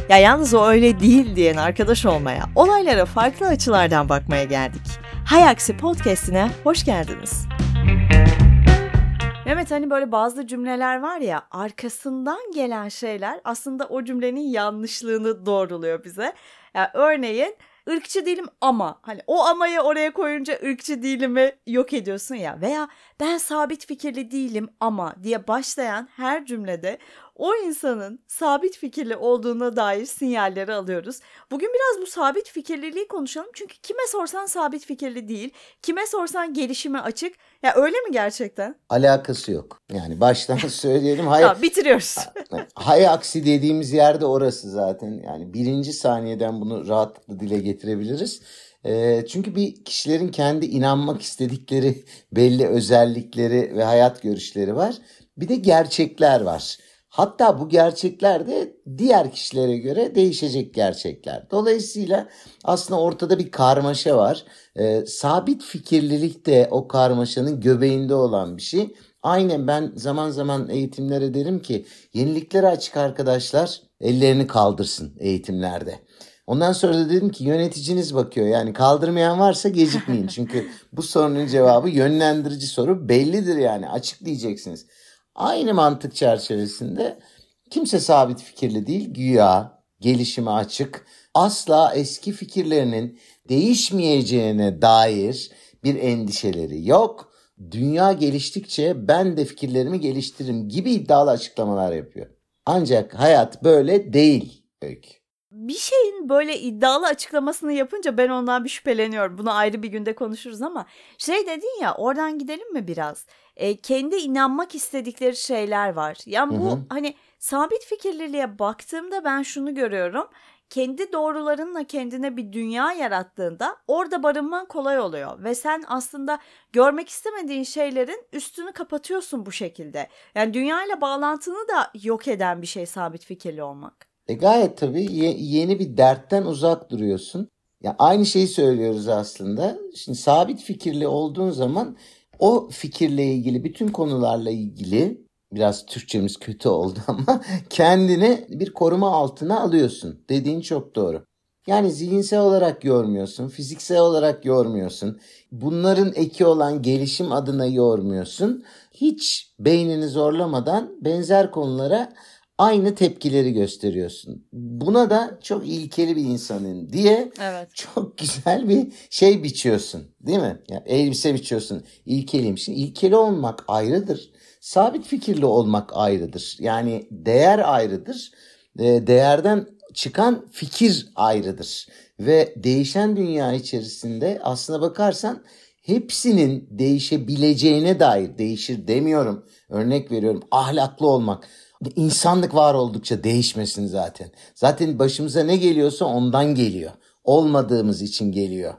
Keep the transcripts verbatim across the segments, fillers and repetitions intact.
Ya yalnız o öyle değil diyen arkadaş olmaya, olaylara farklı açılardan bakmaya geldik. Hay Aksi Podcast'ine hoş geldiniz. Mehmet, hani böyle bazı cümleler var ya, arkasından gelen şeyler aslında o cümlenin yanlışlığını doğruluyor bize. Yani örneğin ırkçı değilim ama, hani o amayı oraya koyunca ırkçı değilimi yok ediyorsun ya, veya ben sabit fikirli değilim ama diye başlayan her cümlede o insanın sabit fikirli olduğuna dair sinyalleri alıyoruz. Bugün biraz bu sabit fikirliliği konuşalım, çünkü kime sorsan sabit fikirli değil, kime sorsan gelişime açık. Ya öyle mi gerçekten? Alakası yok. Yani baştan söyleyelim. Hay, tamam, bitiriyoruz. hay aksi dediğimiz yerde orası zaten. Yani birinci saniyeden bunu rahatlıkla dile getirebiliriz. E, çünkü bir kişilerin kendi inanmak istedikleri belli özellikleri ve hayat görüşleri var. Bir de gerçekler var. Hatta bu gerçekler de diğer kişilere göre değişecek gerçekler. Dolayısıyla aslında ortada bir karmaşa var. Ee, sabit fikirlilik de o karmaşanın göbeğinde olan bir şey. Aynen, ben zaman zaman eğitimlere derim ki yeniliklere açık arkadaşlar ellerini kaldırsın eğitimlerde. Ondan sonra da dedim ki yöneticiniz bakıyor, yani kaldırmayan varsa gecikmeyin. Çünkü bu sorunun cevabı yönlendirici soru bellidir, yani açık diyeceksiniz. Aynı mantık çerçevesinde kimse sabit fikirli değil, güya gelişime açık, asla eski fikirlerinin değişmeyeceğine dair bir endişeleri yok. Dünya geliştikçe ben de fikirlerimi geliştiririm gibi iddialı açıklamalar yapıyor. Ancak hayat böyle değil Öykü. Bir şeyin böyle iddialı açıklamasını yapınca ben ondan bir şüpheleniyorum. Bunu ayrı bir günde konuşuruz ama şey dedin ya, oradan gidelim mi biraz? E, kendi inanmak istedikleri şeyler var. Yani bu hı hı. hani sabit fikirliliğe baktığımda ben şunu görüyorum. Kendi doğrularınla kendine bir dünya yarattığında orada barınman kolay oluyor. Ve sen aslında görmek istemediğin şeylerin üstünü kapatıyorsun bu şekilde. Yani dünyayla bağlantını da yok eden bir şey sabit fikirli olmak. E gayet tabii ye- yeni bir dertten uzak duruyorsun. Ya aynı şeyi söylüyoruz aslında. Şimdi sabit fikirli olduğun zaman o fikirle ilgili bütün konularla ilgili, biraz Türkçemiz kötü oldu ama, kendini bir koruma altına alıyorsun. Dediğin çok doğru. Yani zihinsel olarak yormuyorsun, fiziksel olarak yormuyorsun. Bunların eki olan gelişim adına yormuyorsun. Hiç beynini zorlamadan benzer konulara aynı tepkileri gösteriyorsun. Buna da çok ilkeli bir insanın diye evet. Çok güzel bir şey biçiyorsun, değil mi? Yani elbise biçiyorsun. İlkeliyim. Şimdi ilkeli olmak ayrıdır. Sabit fikirli olmak ayrıdır. Yani değer ayrıdır. Değerden çıkan fikir ayrıdır. Ve değişen dünya içerisinde aslına bakarsan hepsinin değişebileceğine dair, değişir demiyorum, örnek veriyorum, ahlaklı olmak. İnsanlık var oldukça değişmesin zaten. Zaten başımıza ne geliyorsa ondan geliyor. Olmadığımız için geliyor.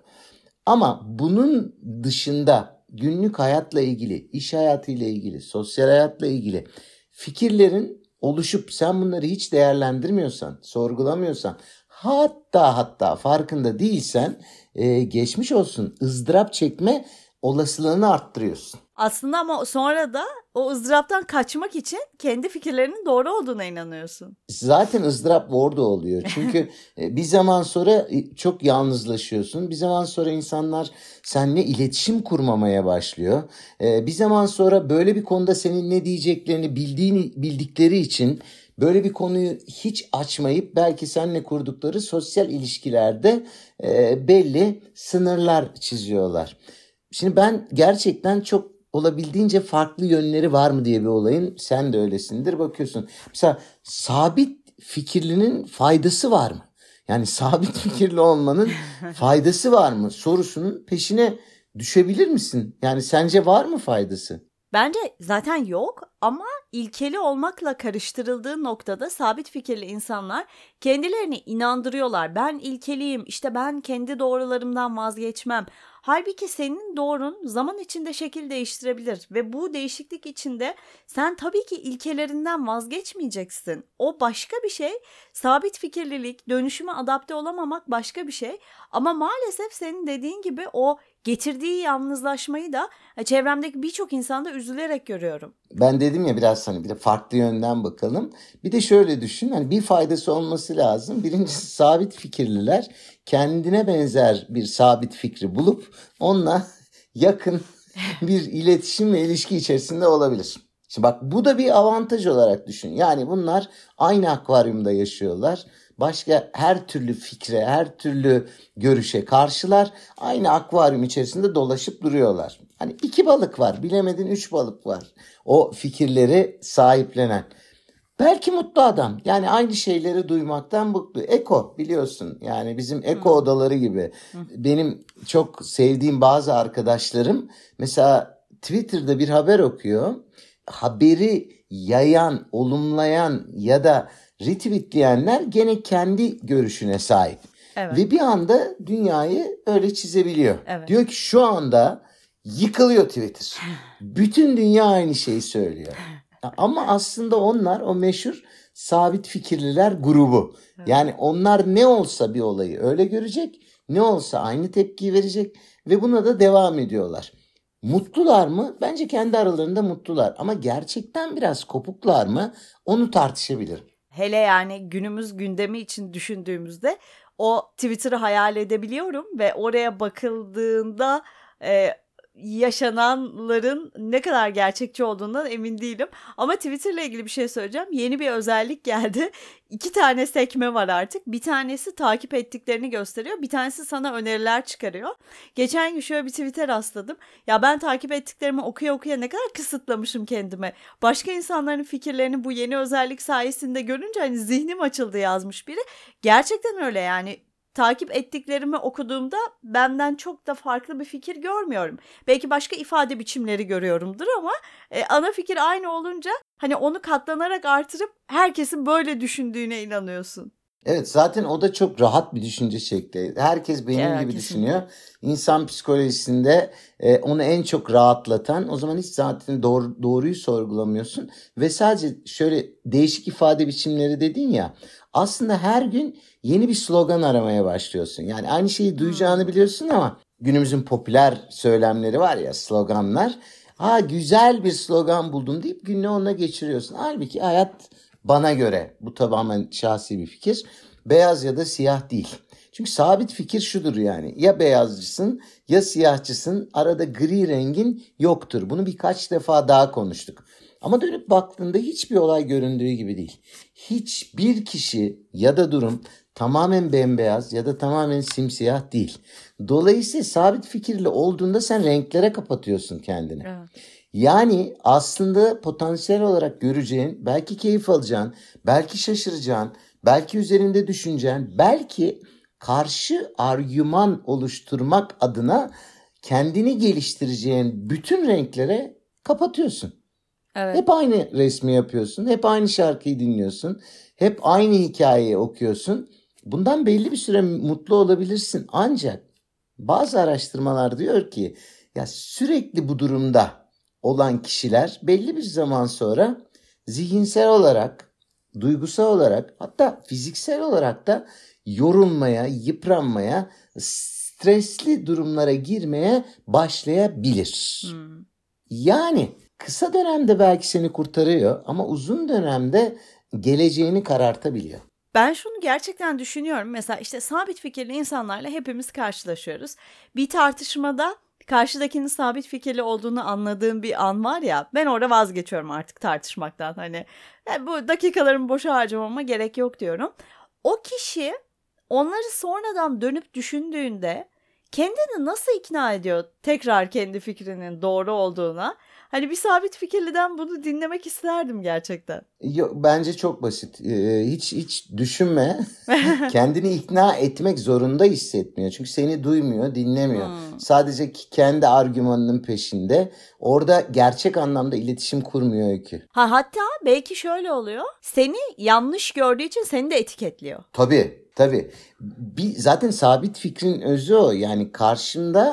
Ama bunun dışında günlük hayatla ilgili, iş hayatıyla ilgili, sosyal hayatla ilgili fikirlerin oluşup sen bunları hiç değerlendirmiyorsan, sorgulamıyorsan, hatta hatta farkında değilsen e, geçmiş olsun, ızdırap çekme olasılığını arttırıyorsun. Aslında ama sonra da o ızdıraptan kaçmak için kendi fikirlerinin doğru olduğuna inanıyorsun. Zaten ızdırap orada oluyor. Çünkü bir zaman sonra çok yalnızlaşıyorsun. Bir zaman sonra insanlar seninle iletişim kurmamaya başlıyor. Bir zaman sonra böyle bir konuda senin ne diyeceklerini bildiğini bildikleri için böyle bir konuyu hiç açmayıp belki seninle kurdukları sosyal ilişkilerde belli sınırlar çiziyorlar. Şimdi ben gerçekten çok olabildiğince farklı yönleri var mı diye bir olayın, sen de öylesindir, bakıyorsun. Mesela sabit fikirlinin faydası var mı? Yani sabit fikirli olmanın faydası var mı sorusunun peşine düşebilir misin? Yani sence var mı faydası? Bence zaten yok ama ilkeli olmakla karıştırıldığı noktada sabit fikirli insanlar kendilerini inandırıyorlar. Ben ilkeliyim, işte ben kendi doğrularımdan vazgeçmem. Halbuki senin doğrun zaman içinde şekil değiştirebilir ve bu değişiklik içinde sen tabii ki ilkelerinden vazgeçmeyeceksin. O başka bir şey. Sabit fikirlilik, dönüşüme adapte olamamak başka bir şey. Ama maalesef senin dediğin gibi o getirdiği yalnızlaşmayı da çevremdeki birçok insanda üzülerek görüyorum. Ben dedim ya biraz hani bir de farklı yönden bakalım. Bir de şöyle düşün, hani bir faydası olması lazım. Birincisi sabit fikirliler kendine benzer bir sabit fikri bulup onunla yakın bir iletişim ve ilişki içerisinde olabilir. Şimdi bak, bu da bir avantaj olarak düşün. Yani bunlar aynı akvaryumda yaşıyorlar. Başka her türlü fikre, her türlü görüşe karşılar. Aynı akvaryum içerisinde dolaşıp duruyorlar. Hani iki balık var, bilemedin üç balık var. O fikirleri sahiplenen. Belki mutlu adam. Yani aynı şeyleri duymaktan mutlu. Eko, biliyorsun. Yani bizim eko odaları gibi. Benim çok sevdiğim bazı arkadaşlarım mesela Twitter'da bir haber okuyor. Haberi yayan, olumlayan ya da retweetleyenler gene kendi görüşüne sahip. Evet. Ve bir anda dünyayı öyle çizebiliyor. Evet. Diyor ki şu anda yıkılıyor Twitter. Bütün dünya aynı şeyi söylüyor. Ama aslında onlar o meşhur sabit fikirliler grubu. Evet. Yani onlar ne olsa bir olayı öyle görecek, ne olsa aynı tepkiyi verecek ve buna da devam ediyorlar. Mutlular mı? Bence kendi aralarında mutlular. Ama gerçekten biraz kopuklar mı? Onu tartışabilirim. Hele yani günümüz gündemi için düşündüğümüzde o Twitter'ı hayal edebiliyorum ve oraya bakıldığında e, yaşananların ne kadar gerçekçi olduğundan emin değilim. Ama Twitter'la ilgili bir şey söyleyeceğim. Yeni bir özellik geldi. İki tane sekme var artık. Bir tanesi takip ettiklerini gösteriyor. Bir tanesi sana öneriler çıkarıyor. Geçen gün şöyle bir tweet'e rastladım. Ya ben takip ettiklerimi okuya okuya ne kadar kısıtlamışım kendime. Başka insanların fikirlerini bu yeni özellik sayesinde görünce hani zihnim açıldı yazmış biri. Gerçekten öyle yani. Takip ettiklerimi okuduğumda benden çok da farklı bir fikir görmüyorum. Belki başka ifade biçimleri görüyorumdur ama e, ana fikir aynı olunca hani onu katlanarak artırıp herkesin böyle düşündüğüne inanıyorsun. Evet, zaten o da çok rahat bir düşünce şekli. Herkes benim Evet, gibi kesinlikle. düşünüyor. İnsan psikolojisinde e, onu en çok rahatlatan, o zaman hiç zaten doğru, doğruyu sorgulamıyorsun. Ve sadece şöyle değişik ifade biçimleri dedin ya, aslında her gün yeni bir slogan aramaya başlıyorsun. Yani aynı şeyi duyacağını biliyorsun ama günümüzün popüler söylemleri var ya, sloganlar. Ha, güzel bir slogan buldum deyip gününü onunla geçiriyorsun. Halbuki hayat bana göre, bu tamamen şahsi bir fikir, beyaz ya da siyah değil. Çünkü sabit fikir şudur yani, ya beyazcısın ya siyahçısın, arada gri rengin yoktur. Bunu birkaç defa daha konuştuk. Ama dönüp baktığında hiçbir olay göründüğü gibi değil. Hiçbir kişi ya da durum tamamen bembeyaz ya da tamamen simsiyah değil. Dolayısıyla sabit fikirli olduğunda sen renklere kapatıyorsun kendini. Evet. Yani aslında potansiyel olarak göreceğin, belki keyif alacağın, belki şaşıracağın, belki üzerinde düşüneceğin, belki karşı argüman oluşturmak adına kendini geliştireceğin bütün renklere kapatıyorsun. Evet. Hep aynı resmi yapıyorsun, hep aynı şarkıyı dinliyorsun, hep aynı hikayeyi okuyorsun. Bundan belli bir süre mutlu olabilirsin, ancak bazı araştırmalar diyor ki ya sürekli bu durumda olan kişiler belli bir zaman sonra zihinsel olarak, duygusal olarak, hatta fiziksel olarak da yorulmaya, yıpranmaya, stresli durumlara girmeye başlayabilir. Hmm. Yani kısa dönemde belki seni kurtarıyor ama uzun dönemde geleceğini karartabiliyor. Ben şunu gerçekten düşünüyorum. Mesela işte sabit fikirli insanlarla hepimiz karşılaşıyoruz. Bir tartışmada karşıdakinin sabit fikirli olduğunu anladığım bir an var ya, ben orada vazgeçiyorum artık tartışmaktan. Hani yani bu dakikalarımı boşa harcamama gerek yok diyorum. O kişi onları sonradan dönüp düşündüğünde kendini nasıl ikna ediyor tekrar kendi fikrinin doğru olduğuna? Hani bir sabit fikirliden bunu dinlemek isterdim gerçekten. Yok, bence çok basit. Ee, hiç hiç düşünme. Kendini ikna etmek zorunda hissetmiyor. Çünkü seni duymuyor, dinlemiyor. Hmm. Sadece kendi argümanının peşinde. Orada gerçek anlamda iletişim kurmuyor Öykü. Ha, hatta belki şöyle oluyor. Seni yanlış gördüğü için seni de etiketliyor. Tabii, tabii. Bir, zaten sabit fikrin özü o. Yani karşında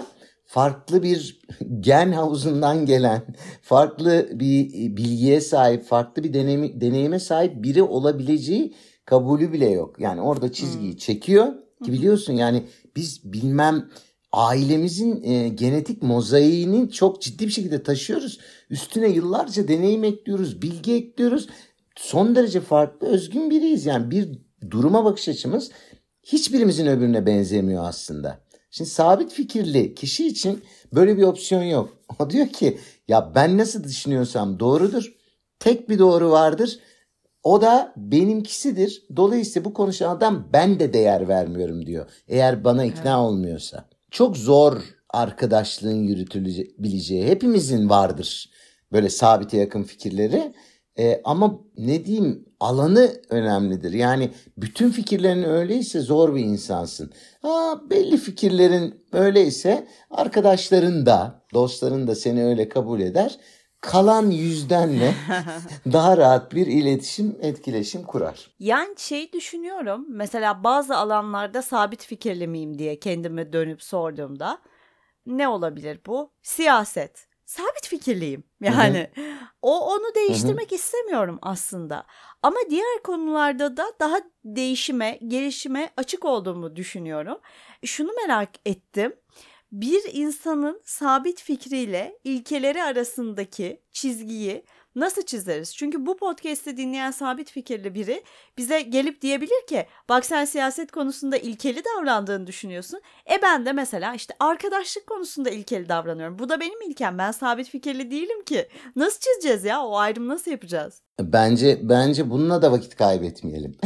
farklı bir gen havuzundan gelen, farklı bir bilgiye sahip, farklı bir deneyime, deneyime sahip biri olabileceği kabulü bile yok. Yani orada çizgiyi hmm. çekiyor ki biliyorsun yani biz bilmem ailemizin e, genetik mozaiğini çok ciddi bir şekilde taşıyoruz. Üstüne yıllarca deneyim ekliyoruz, bilgi ekliyoruz. Son derece farklı, özgün biriyiz. Yani bir duruma bakış açımız hiçbirimizin öbürüne benzemiyor aslında. Şimdi sabit fikirli kişi için böyle bir opsiyon yok. O diyor ki ya ben nasıl düşünüyorsam doğrudur. Tek bir doğru vardır. O da benimkisidir. Dolayısıyla bu konuşan adam ben de değer vermiyorum diyor. Eğer bana ikna evet. olmuyorsa. Çok zor arkadaşlığın yürütülebileceği. Hepimizin vardır böyle sabite yakın fikirleri. Ee, ama ne diyeyim alanı önemlidir. Yani bütün fikirlerin öyleyse zor bir insansın. Ha, belli fikirlerin öyleyse arkadaşların da dostların da seni öyle kabul eder. Kalan yüzdenle daha rahat bir iletişim, etkileşim kurar. Yani şey düşünüyorum. Mesela bazı alanlarda sabit fikirli miyim diye kendime dönüp sorduğumda ne olabilir bu? Siyaset. Sabit fikirliyim. Yani hı hı. o onu değiştirmek hı hı. istemiyorum aslında. Ama diğer konularda da daha değişime, gelişime açık olduğumu düşünüyorum. Şunu merak ettim. Bir insanın sabit fikriyle ilkeleri arasındaki çizgiyi nasıl çizeriz? Çünkü bu podcast'i dinleyen sabit fikirli biri bize gelip diyebilir ki bak sen siyaset konusunda ilkeli davrandığını düşünüyorsun. E ben de mesela işte arkadaşlık konusunda ilkeli davranıyorum. Bu da benim ilkem. Ben sabit fikirli değilim ki. Nasıl çizeceğiz ya? O ayrımı nasıl yapacağız? Bence bence bununla da vakit kaybetmeyelim.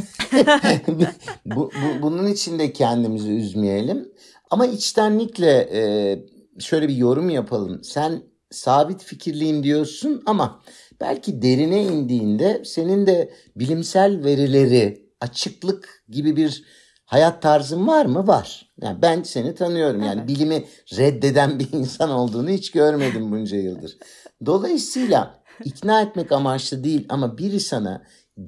bu, bu, bunun için de kendimizi üzmeyelim. Ama içtenlikle e, şöyle bir yorum yapalım. Sen sabit fikirliyim diyorsun ama belki derine indiğinde senin de bilimsel verileri, açıklık gibi bir hayat tarzın var mı? Var. Yani ben seni tanıyorum. Yani evet. Bilimi reddeden bir insan olduğunu hiç görmedim bunca yıldır. Dolayısıyla ikna etmek amaçlı değil ama biri sana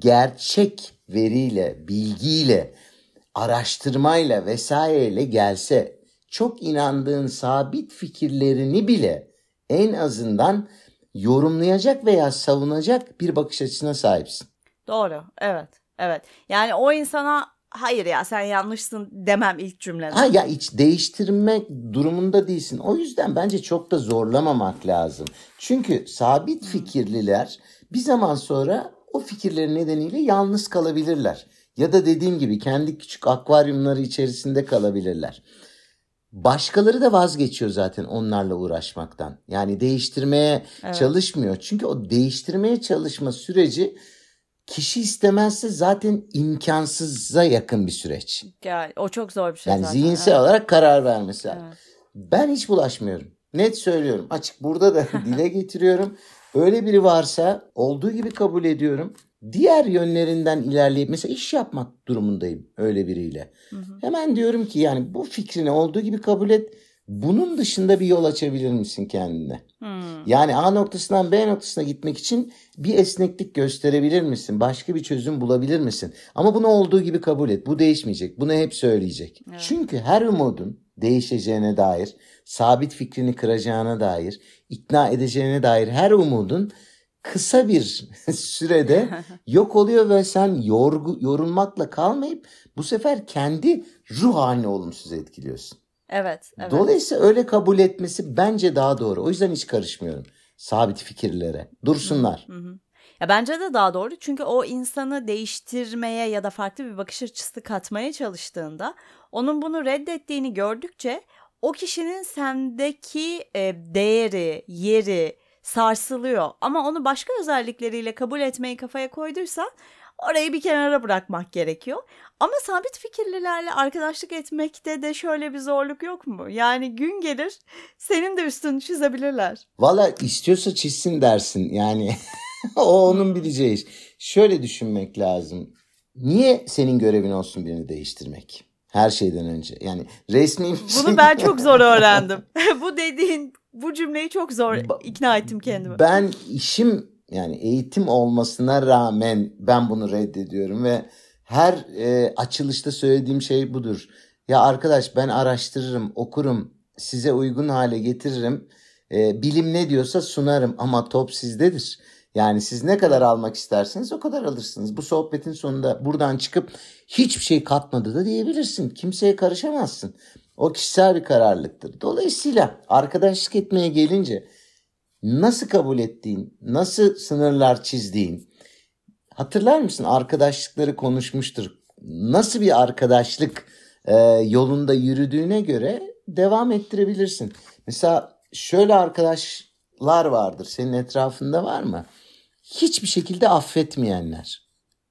gerçek veriyle, bilgiyle, araştırmayla vesaireyle gelse çok inandığın sabit fikirlerini bile en azından yorumlayacak veya savunacak bir bakış açısına sahipsin. Doğru, evet, evet. Yani o insana hayır ya sen yanlışsın demem ilk cümleden. Ha ya hiç değiştirmek durumunda değilsin. O yüzden bence çok da zorlamamak lazım. Çünkü sabit fikirliler bir zaman sonra o fikirlerin nedeniyle yalnız kalabilirler. Ya da dediğim gibi kendi küçük akvaryumları içerisinde kalabilirler. Başkaları da vazgeçiyor zaten onlarla uğraşmaktan. Yani değiştirmeye evet. çalışmıyor. Çünkü o değiştirmeye çalışma süreci kişi istemezse zaten imkansıza yakın bir süreç. Yani o çok zor bir şey yani zaten. Yani zihinsel evet. olarak karar vermesi. Evet. Ben hiç bulaşmıyorum. Net söylüyorum. Açık burada da dile getiriyorum. Öyle biri varsa olduğu gibi kabul ediyorum. Diğer yönlerinden ilerleyip mesela iş yapmak durumundayım öyle biriyle. Hı hı. Hemen diyorum ki yani bu fikrini olduğu gibi kabul et. Bunun dışında bir yol açabilir misin kendine? Hmm. Yani A noktasından B noktasına gitmek için bir esneklik gösterebilir misin? Başka bir çözüm bulabilir misin? Ama bunu olduğu gibi kabul et. Bu değişmeyecek. Bunu hep söyleyecek. Evet. Çünkü her umudun değişeceğine dair, sabit fikrini kıracağına dair, ikna edeceğine dair her umudun kısa bir sürede yok oluyor ve sen yorgu, yorulmakla kalmayıp bu sefer kendi ruh halini olumsuz etkiliyorsun. Evet, evet. Dolayısıyla öyle kabul etmesi bence daha doğru. O yüzden hiç karışmıyorum sabit fikirlere. Dursunlar. Hı hı. Ya bence de daha doğru. Çünkü o insanı değiştirmeye ya da farklı bir bakış açısı katmaya çalıştığında onun bunu reddettiğini gördükçe o kişinin sendeki e, değeri, yeri sarsılıyor. Ama onu başka özellikleriyle kabul etmeyi kafaya koyduysan orayı bir kenara bırakmak gerekiyor. Ama sabit fikirlilerle arkadaşlık etmekte de şöyle bir zorluk yok mu? Yani gün gelir senin de üstünü çizebilirler. Valla istiyorsa çizsin dersin yani. O onun bileceği iş. Şöyle düşünmek lazım. Niye senin görevin olsun birini değiştirmek? Her şeyden önce. Yani resmi bir şey. Bunu ben çok zor öğrendim. Bu dediğin, bu cümleyi çok zor ikna ettim kendime. Ben işim yani eğitim olmasına rağmen ben bunu reddediyorum ve her e, açılışta söylediğim şey budur. Ya arkadaş ben araştırırım, okurum. size uygun hale getiririm. Ee, bilim ne diyorsa sunarım ama top sizdedir. Yani siz ne kadar almak isterseniz o kadar alırsınız. Bu sohbetin sonunda buradan çıkıp hiçbir şey katmadı da diyebilirsin. Kimseye karışamazsın. O kişisel bir kararlılıktır. Dolayısıyla arkadaşlık etmeye gelince nasıl kabul ettiğin, nasıl sınırlar çizdiğin, hatırlar mısın? Arkadaşlıkları konuşmuştur. Nasıl bir arkadaşlık e, yolunda yürüdüğüne göre devam ettirebilirsin. Mesela şöyle arkadaşlar vardır. Senin etrafında var mı? Hiçbir şekilde affetmeyenler.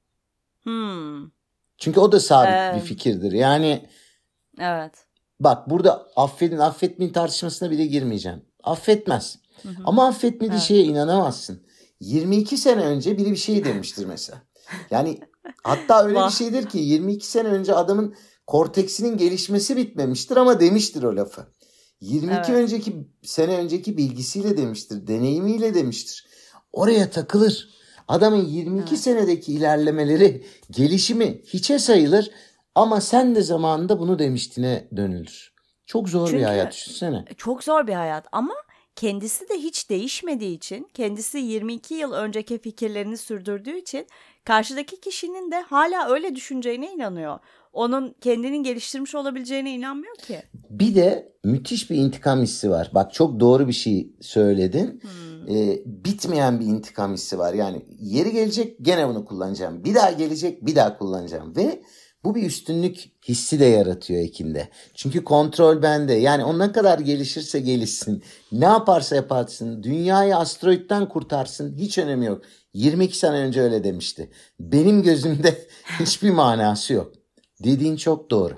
Hmm. Çünkü o da sabit Ee, bir fikirdir. Yani evet. bak burada affedin affetmeyin tartışmasına bile girmeyeceğim. Affetmez. Hı hı. Ama affetmediği Evet. şeye inanamazsın. yirmi iki sene önce biri bir şey demiştir mesela. Yani hatta öyle bir Vah. şeydir ki yirmi iki sene önce adamın korteksinin gelişmesi bitmemiştir ama demiştir o lafı. yirmi iki Evet. önceki sene önceki bilgisiyle demiştir, deneyimiyle demiştir. Oraya takılır. Adamın yirmi iki Evet. senedeki ilerlemeleri, gelişimi hiçe sayılır ama sen de zamanında bunu demiştine dönülür. Çok zor bir Çünkü hayat düşünsene. çok zor bir hayat ama kendisi de hiç değişmediği için, kendisi yirmi iki yıl önceki fikirlerini sürdürdüğü için karşıdaki kişinin de hala öyle düşüneceğine inanıyor. Onun kendini geliştirmiş olabileceğine inanmıyor ki. Bir de müthiş bir intikam hissi var. Bak çok doğru bir şey söyledin. Hmm. Ee, bitmeyen bir intikam hissi var. Yani yeri gelecek gene bunu kullanacağım. Bir daha gelecek bir daha kullanacağım. Ve bu bir üstünlük hissi de yaratıyor Ekin'de. Çünkü kontrol bende. Yani o ne kadar gelişirse gelişsin. Ne yaparsa yaparsın. Dünyayı asteroitten kurtarsın. Hiç önemi yok. yirmi iki sene önce öyle demişti. Benim gözümde hiçbir manası yok. Dediğin çok doğru.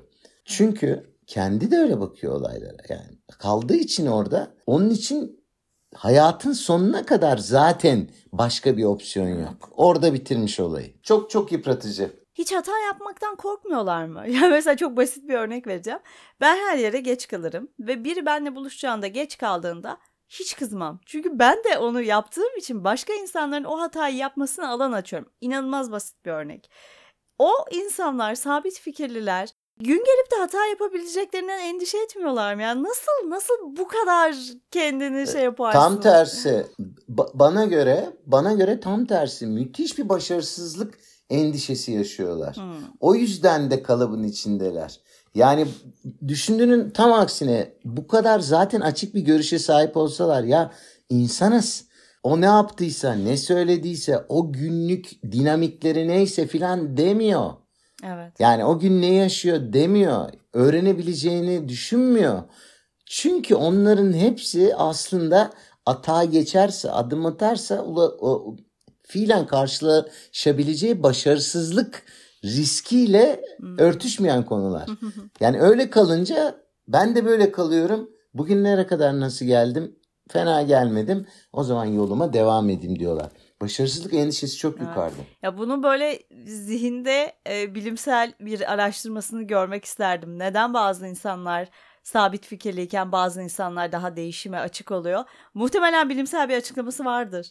Çünkü kendi de öyle bakıyor olaylara. Yani kaldığı için orada, onun için hayatın sonuna kadar zaten başka bir opsiyon yok. Orada bitirmiş olayı. Çok çok yıpratıcı. Hiç hata yapmaktan korkmuyorlar mı? Ya mesela çok basit bir örnek vereceğim. Ben her yere geç kalırım ve biri benimle buluşacağında geç kaldığında hiç kızmam. Çünkü ben de onu yaptığım için başka insanların o hatayı yapmasına alan açıyorum. İnanılmaz basit bir örnek. O insanlar, sabit fikirliler, gün gelip de hata yapabileceklerinden endişe etmiyorlar mı? Yani nasıl nasıl bu kadar kendini şey yaparsın? Tam tersi. Ba- bana göre, bana göre tam tersi. Müthiş bir başarısızlık endişesi yaşıyorlar. Hmm. O yüzden de kalıbın içindeler. Yani düşündüğünün tam aksine bu kadar zaten açık bir görüşe sahip olsalar ya insanız. O ne yaptıysa, ne söylediyse, o günlük dinamikleri neyse filan demiyor. Evet. Yani o gün ne yaşıyor demiyor. Öğrenebileceğini düşünmüyor. Çünkü onların hepsi aslında atağa geçerse, adım atarsa ula, o, fiilen karşılaşabileceği başarısızlık riskiyle Hmm. örtüşmeyen konular. Yani öyle kalınca ben de böyle kalıyorum. Bugünlere kadar nasıl geldim? Fena gelmedim. O zaman yoluma devam edeyim diyorlar. Başarısızlık endişesi çok Evet. yukarıda. Ya bunu böyle zihinde e, bilimsel bir araştırmasını görmek isterdim. Neden bazı insanlar sabit fikirliyken bazı insanlar daha değişime açık oluyor? Muhtemelen bilimsel bir açıklaması vardır.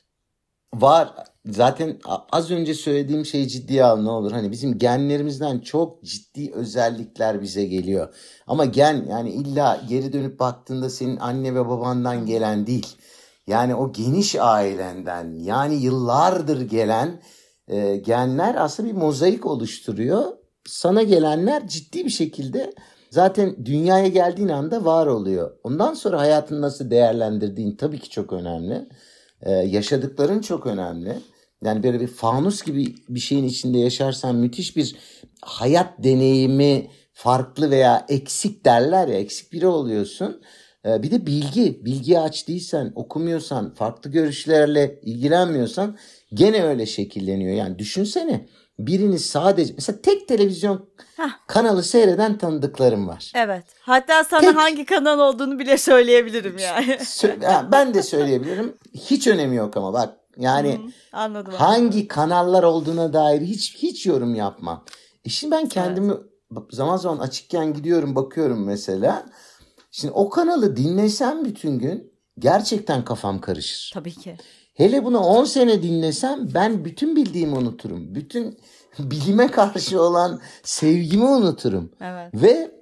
Var. Zaten a- az önce söylediğim şeyi ciddiye al ne olur. Hani bizim genlerimizden çok ciddi özellikler bize geliyor. Ama gen yani illa geri dönüp baktığında senin anne ve babandan gelen değil. Yani o geniş ailenden yani yıllardır gelen e, genler aslında bir mozaik oluşturuyor. Sana gelenler ciddi bir şekilde zaten dünyaya geldiğin anda var oluyor. Ondan sonra hayatını nasıl değerlendirdiğin tabii ki çok önemli. Ee, yaşadıkların çok önemli. Yani böyle bir fanus gibi bir şeyin içinde yaşarsan müthiş bir hayat deneyimi farklı veya eksik derler ya eksik biri oluyorsun. Ee, bir de bilgi, bilgiye aç değilsen, okumuyorsan, farklı görüşlerle ilgilenmiyorsan gene öyle şekilleniyor. Yani düşünsene birini sadece mesela tek televizyon Heh. kanalı seyreden tanıdıklarım var. Evet. Hatta sana Tek- hangi kanal olduğunu bile söyleyebilirim yani. Sö- ha, ben de söyleyebilirim. Hiç önemi yok ama bak yani Hı, anladım. hangi kanallar olduğuna dair hiç hiç yorum yapmam. E şimdi ben kendimi zaman zaman açıkken gidiyorum bakıyorum mesela. Şimdi o kanalı dinlesem bütün gün gerçekten kafam karışır. Tabii ki. Hele bunu on sene dinlesem ben bütün bildiğimi unuturum. Bütün bilime karşı olan sevgimi unuturum. Evet. Ve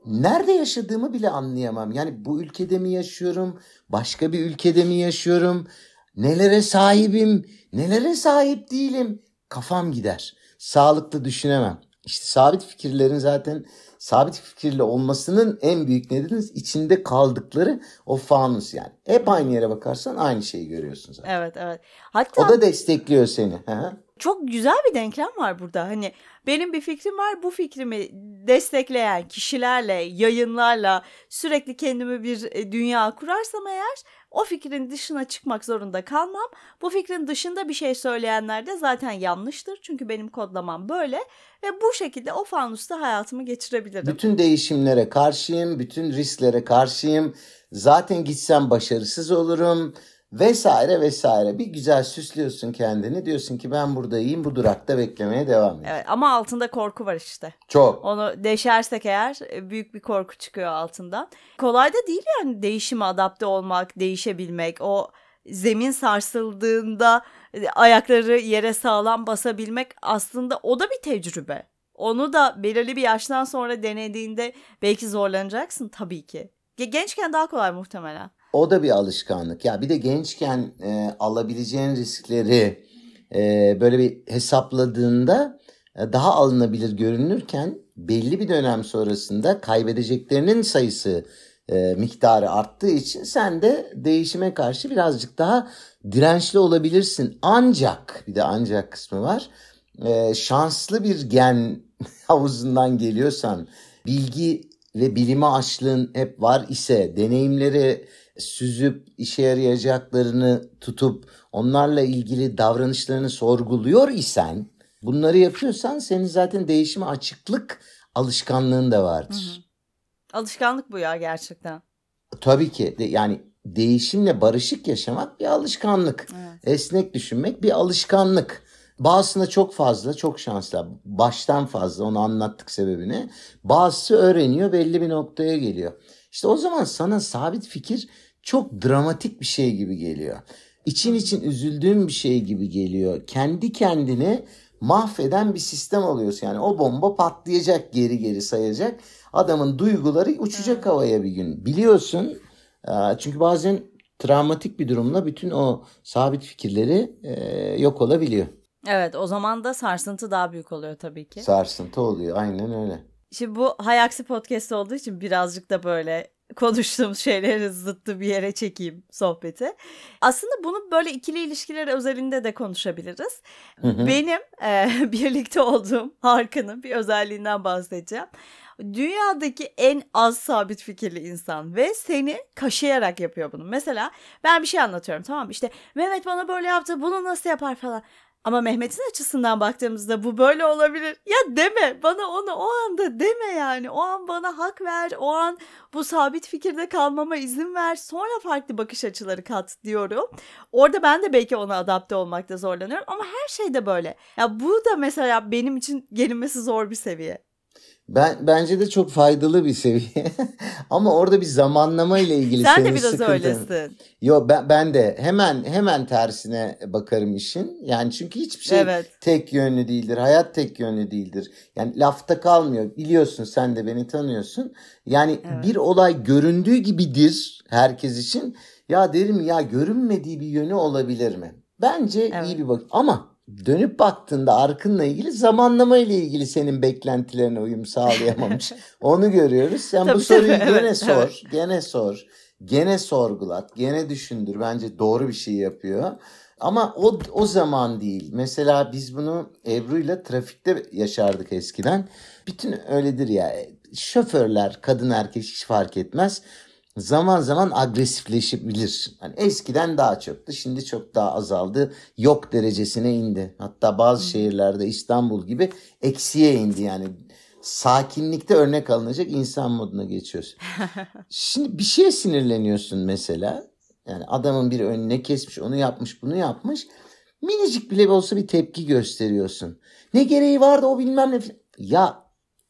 nerede yaşadığımı bile anlayamam. Yani bu ülkede mi yaşıyorum? Başka bir ülkede mi yaşıyorum? Nelere sahibim? Nelere sahip değilim? Kafam gider. Sağlıklı düşünemem. İşte sabit fikirlerin zaten sabit fikirli olmasının en büyük nedeni içinde kaldıkları o fanus yani. Hep aynı yere bakarsan aynı şeyi görüyorsun zaten. Evet, evet. Hatta o da destekliyor seni. Çok güzel bir denklem var burada. Hani benim bir fikrim var, bu fikrimi destekleyen kişilerle, yayınlarla sürekli kendimi bir dünya kurarsam eğer o fikrin dışına çıkmak zorunda kalmam. Bu fikrin dışında bir şey söyleyenler de zaten yanlıştır. Çünkü benim kodlamam böyle ve bu şekilde o fanusta hayatımı geçirebilirim. Bütün değişimlere karşıyım, bütün risklere karşıyım. Zaten gitsem başarısız olurum. Vesaire vesaire. Bir güzel süslüyorsun kendini. Diyorsun ki ben burada iyiyim. Bu durakta beklemeye devam edeyim. Evet, ama altında korku var işte. Çok. Onu deşersek eğer büyük bir korku çıkıyor altından. Kolay da değil yani değişime adapte olmak, değişebilmek. O zemin sarsıldığında ayakları yere sağlam basabilmek aslında o da bir tecrübe. Onu da belirli bir yaştan sonra denediğinde belki zorlanacaksın tabii ki. Gençken daha kolay muhtemelen. O da bir alışkanlık. Ya bir de gençken e, alabileceğin riskleri e, böyle bir hesapladığında e, daha alınabilir görünürken belli bir dönem sonrasında kaybedeceklerinin sayısı e, miktarı arttığı için sen de değişime karşı birazcık daha dirençli olabilirsin. Ancak bir de ancak kısmı var. E, şanslı bir gen havuzundan geliyorsan, bilgi ve bilime açlığın hep var ise, deneyimleri süzüp işe yarayacaklarını tutup onlarla ilgili davranışlarını sorguluyor isen, bunları yapıyorsan senin zaten değişime açıklık alışkanlığın da vardır. Hı hı. Alışkanlık bu ya gerçekten. Tabii ki de, yani değişimle barışık yaşamak bir alışkanlık. Evet. Esnek düşünmek bir alışkanlık. Bazısında çok fazla, çok şanslı. Baştan fazla, onu anlattık sebebini. Bazısı öğreniyor, belli bir noktaya geliyor. İşte o zaman sana sabit fikir çok dramatik bir şey gibi geliyor. İçin için üzüldüğün bir şey gibi geliyor. Kendi kendini mahveden bir sistem oluyorsun. Yani o bomba patlayacak, geri geri sayacak. Adamın duyguları uçacak havaya bir gün. Biliyorsun. Çünkü bazen travmatik bir durumla bütün o sabit fikirleri yok olabiliyor. Evet, o zaman da sarsıntı daha büyük oluyor tabii ki. Sarsıntı oluyor, aynen öyle. Şimdi bu Hayaksi Podcast olduğu için birazcık da böyle konuştuğumuz şeyleri zıttı bir yere çekeyim sohbeti. Aslında bunu böyle ikili ilişkiler özelinde de konuşabiliriz. Hı hı. Benim e, birlikte olduğum Harkan'ın bir özelliğinden bahsedeceğim. Dünyadaki en az sabit fikirli insan ve seni kaşıyarak yapıyor bunu. Mesela ben bir şey anlatıyorum, tamam mı? İşte Mehmet bana böyle yaptı, bunu nasıl yapar falan. Ama Mehmet'in açısından baktığımızda bu böyle olabilir. Ya deme bana onu o anda deme yani. O an bana hak ver. O an bu sabit fikirde kalmama izin ver. Sonra farklı bakış açıları kat diyorum. Orada ben de belki ona adapte olmakta zorlanıyorum. Ama her şey de böyle. Ya bu da mesela benim için gelinmesi zor bir seviye. Ben bence de çok faydalı bir seviye. Ama orada bir zamanlama ile ilgili sen senin de biraz sıkıntın. öylesin. Yo ben ben de hemen hemen tersine bakarım işin. Yani çünkü hiçbir şey evet. tek yönlü değildir. Hayat tek yönlü değildir. Yani lafta kalmıyor. Biliyorsun, sen de beni tanıyorsun. Yani evet. bir olay göründüğü gibidir herkes için. Ya derim ya, görünmediği bir yönü olabilir mi? Bence evet. iyi bir bak. Ama dönüp baktığında arkınla ilgili, zamanlama ile ilgili senin beklentilerine uyum sağlayamamış. Onu görüyoruz. Sen tabii, bu soruyu tabii, gene evet, sor, evet. gene sor, gene sorgulat, gene düşündür. Bence doğru bir şey yapıyor. Ama o o zaman değil. Mesela biz bunu Ebru'yla trafikte yaşardık eskiden. Bütün öyledir ya. Şoförler, kadın erkek hiç fark etmez. Zaman zaman agresifleşebilir. Yani eskiden daha çoktu, şimdi çok daha azaldı. Yok derecesine indi. Hatta bazı hmm. şehirlerde, İstanbul gibi, eksiye indi yani. Sakinlikte örnek alınacak insan moduna geçiyorsun. Şimdi bir şeye sinirleniyorsun mesela. Yani adamın biri önüne kesmiş, onu yapmış, bunu yapmış. Minicik bile olsa bir tepki gösteriyorsun. Ne gereği vardı o bilmem ne. Ya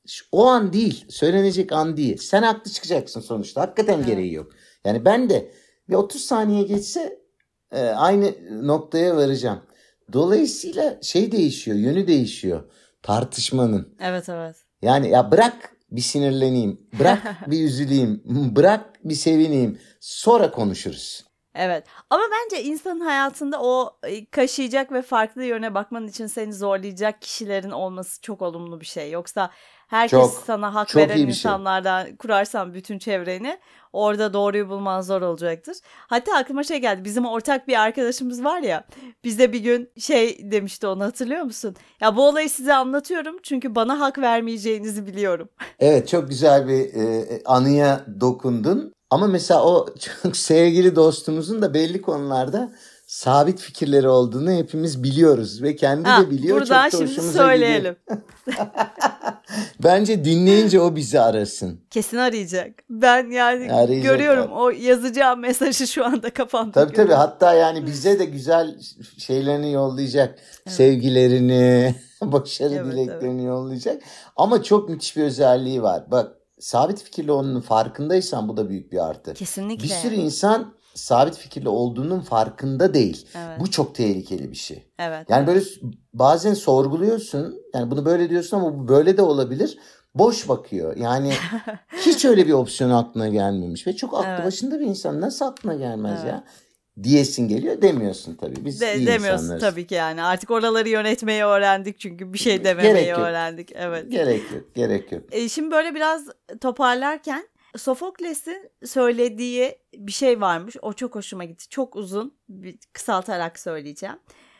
o an değil, söylenecek an değil. Sen haklı çıkacaksın sonuçta. Hakikaten evet. gereği yok. Yani ben de bir otuz saniye geçse e, aynı noktaya varacağım. Dolayısıyla şey değişiyor, yönü değişiyor tartışmanın. Evet evet. Yani ya bırak bir sinirleneyim. Bırak bir üzüleyim. Bırak bir sevineyim. Sonra konuşuruz. Evet, ama bence insanın hayatında o kaşıyacak ve farklı yöne bakman için seni zorlayacak kişilerin olması çok olumlu bir şey. Yoksa herkes Çok, sana hak çok veren iyi bir şey. insanlardan kurarsan bütün çevreni, orada doğruyu bulman zor olacaktır. Hatta aklıma şey geldi, bizim ortak bir arkadaşımız var ya, bize bir gün şey demişti, onu hatırlıyor musun? Ya bu olayı size anlatıyorum çünkü bana hak vermeyeceğinizi biliyorum. Evet, çok güzel bir e, anıya dokundun. Ama mesela o çok sevgili dostumuzun da belli konularda sabit fikirleri olduğunu hepimiz biliyoruz ve kendi Ha, de biliyor. buradan Çok da şimdi hoşumuza söyleyelim. gidiyor. Bence dinleyince o bizi arasın. Kesin arayacak. Ben yani Arayacak. görüyorum o yazacağı mesajı şu anda kafamda. Tabii görüyorum. tabii, hatta yani bize de güzel şeylerini yollayacak. Evet. Sevgilerini, başarı Evet, dileklerini evet. yollayacak. Ama çok müthiş bir özelliği var. Bak, sabit fikirli olmanın farkındaysan bu da büyük bir artı. Kesinlikle. Bir sürü insan sabit fikirli olduğunun farkında değil. Evet. Bu çok tehlikeli bir şey. Evet. Yani böyle bazen sorguluyorsun. Yani bunu böyle diyorsun ama bu böyle de olabilir. Boş bakıyor. Yani hiç öyle bir opsiyon aklına gelmemiş. Ve çok aklı Evet. başında bir insan. Nasıl aklına gelmez Evet. ya? Diyesin geliyor. Demiyorsun tabii. Biz De, iyi demiyorsun insanlarız. tabii ki yani. Artık oraları yönetmeyi öğrendik çünkü bir şey dememeyi Gerek yok. öğrendik. Evet. Gerek yok. Gerek yok. E, şimdi böyle biraz toparlarken Sofokles'in söylediği bir şey varmış. O çok hoşuma gitti. Çok uzun. Bir, kısaltarak söyleyeceğim.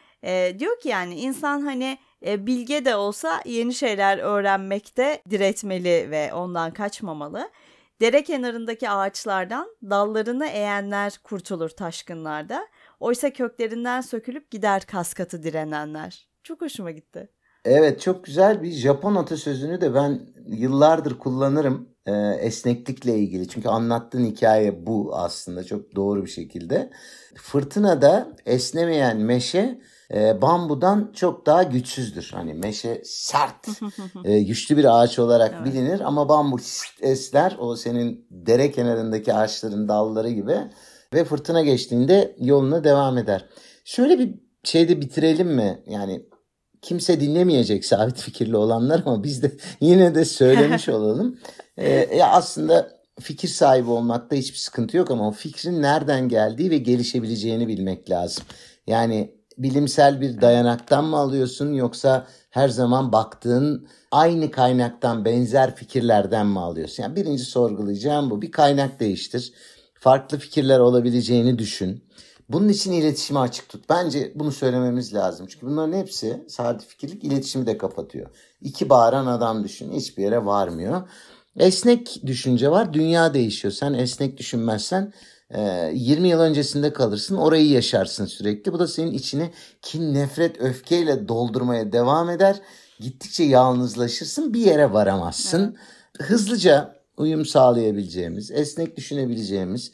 E, diyor ki yani insan hani e, bilge de olsa yeni şeyler öğrenmekte diretmeli ve ondan kaçmamalı. Dere kenarındaki ağaçlardan dallarını eğenler kurtulur taşkınlarda. Oysa köklerinden sökülüp gider kaskatı direnenler. Çok hoşuma gitti. Evet, çok güzel bir Japon atasözünü de ben yıllardır kullanırım e, esneklikle ilgili. Çünkü anlattığın hikaye bu aslında çok doğru bir şekilde. Fırtınada esnemeyen meşe e, bambudan çok daha güçsüzdür. Hani meşe sert, e, güçlü bir ağaç olarak Evet. bilinir ama bambu esner. O senin dere kenarındaki ağaçların dalları gibi ve fırtına geçtiğinde yoluna devam eder. Şöyle bir şeyde bitirelim mi? Yani kimse dinlemeyecek sabit fikirli olanlar ama biz de yine de söylemiş olalım. Ee, ya aslında fikir sahibi olmakta hiçbir sıkıntı yok ama o fikrin nereden geldiği ve gelişebileceğini bilmek lazım. Yani bilimsel bir dayanaktan mı alıyorsun yoksa her zaman baktığın aynı kaynaktan benzer fikirlerden mi alıyorsun? Yani birinci sorgulayacağım bu. Bir kaynak değiştir. Farklı fikirler olabileceğini düşün. Bunun için iletişime açık tut. Bence bunu söylememiz lazım. Çünkü bunların hepsi sabit fikirlik iletişimi de kapatıyor. İki bağıran adam düşün. Hiçbir yere varmıyor. Esnek düşünce var. Dünya değişiyor. Sen esnek düşünmezsen yirmi yıl öncesinde kalırsın. Orayı yaşarsın sürekli. Bu da senin içini kin, nefret, öfkeyle doldurmaya devam eder. Gittikçe yalnızlaşırsın. Bir yere varamazsın. Evet. Hızlıca uyum sağlayabileceğimiz, esnek düşünebileceğimiz,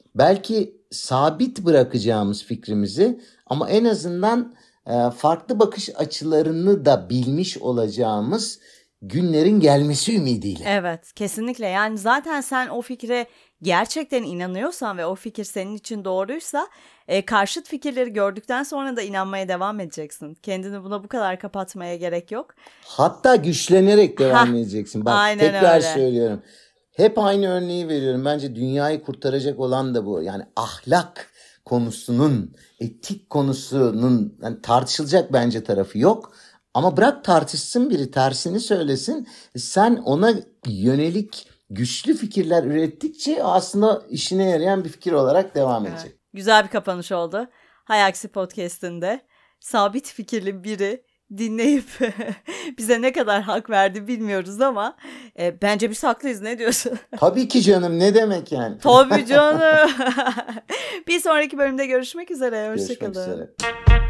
belki sabit bırakacağımız fikrimizi ama en azından farklı bakış açılarını da bilmiş olacağımız günlerin gelmesi ümidiyle. Evet, kesinlikle. Yani zaten sen o fikre gerçekten inanıyorsan ve o fikir senin için doğruysa e, karşıt fikirleri gördükten sonra da inanmaya devam edeceksin. Kendini buna bu kadar kapatmaya gerek yok. Hatta güçlenerek devam ha, edeceksin. Bak aynen tekrar öyle. söylüyorum. Hep aynı örneği veriyorum. Bence dünyayı kurtaracak olan da bu. Yani ahlak konusunun, etik konusunun yani tartışılacak bence tarafı yok. Ama bırak tartışsın biri, tersini söylesin. Sen ona yönelik güçlü fikirler ürettikçe aslında işine yarayan bir fikir olarak devam edecek. Evet. Güzel bir kapanış oldu. Hayaksi Podcast'inde sabit fikirli biri dinleyip bize ne kadar hak verdi bilmiyoruz ama e, bence biz haklıyız. Ne diyorsun? Tabii ki canım, ne demek yani? Tabii canım. Bir sonraki bölümde görüşmek üzere. Hoşça Görüşmek kalın. üzere.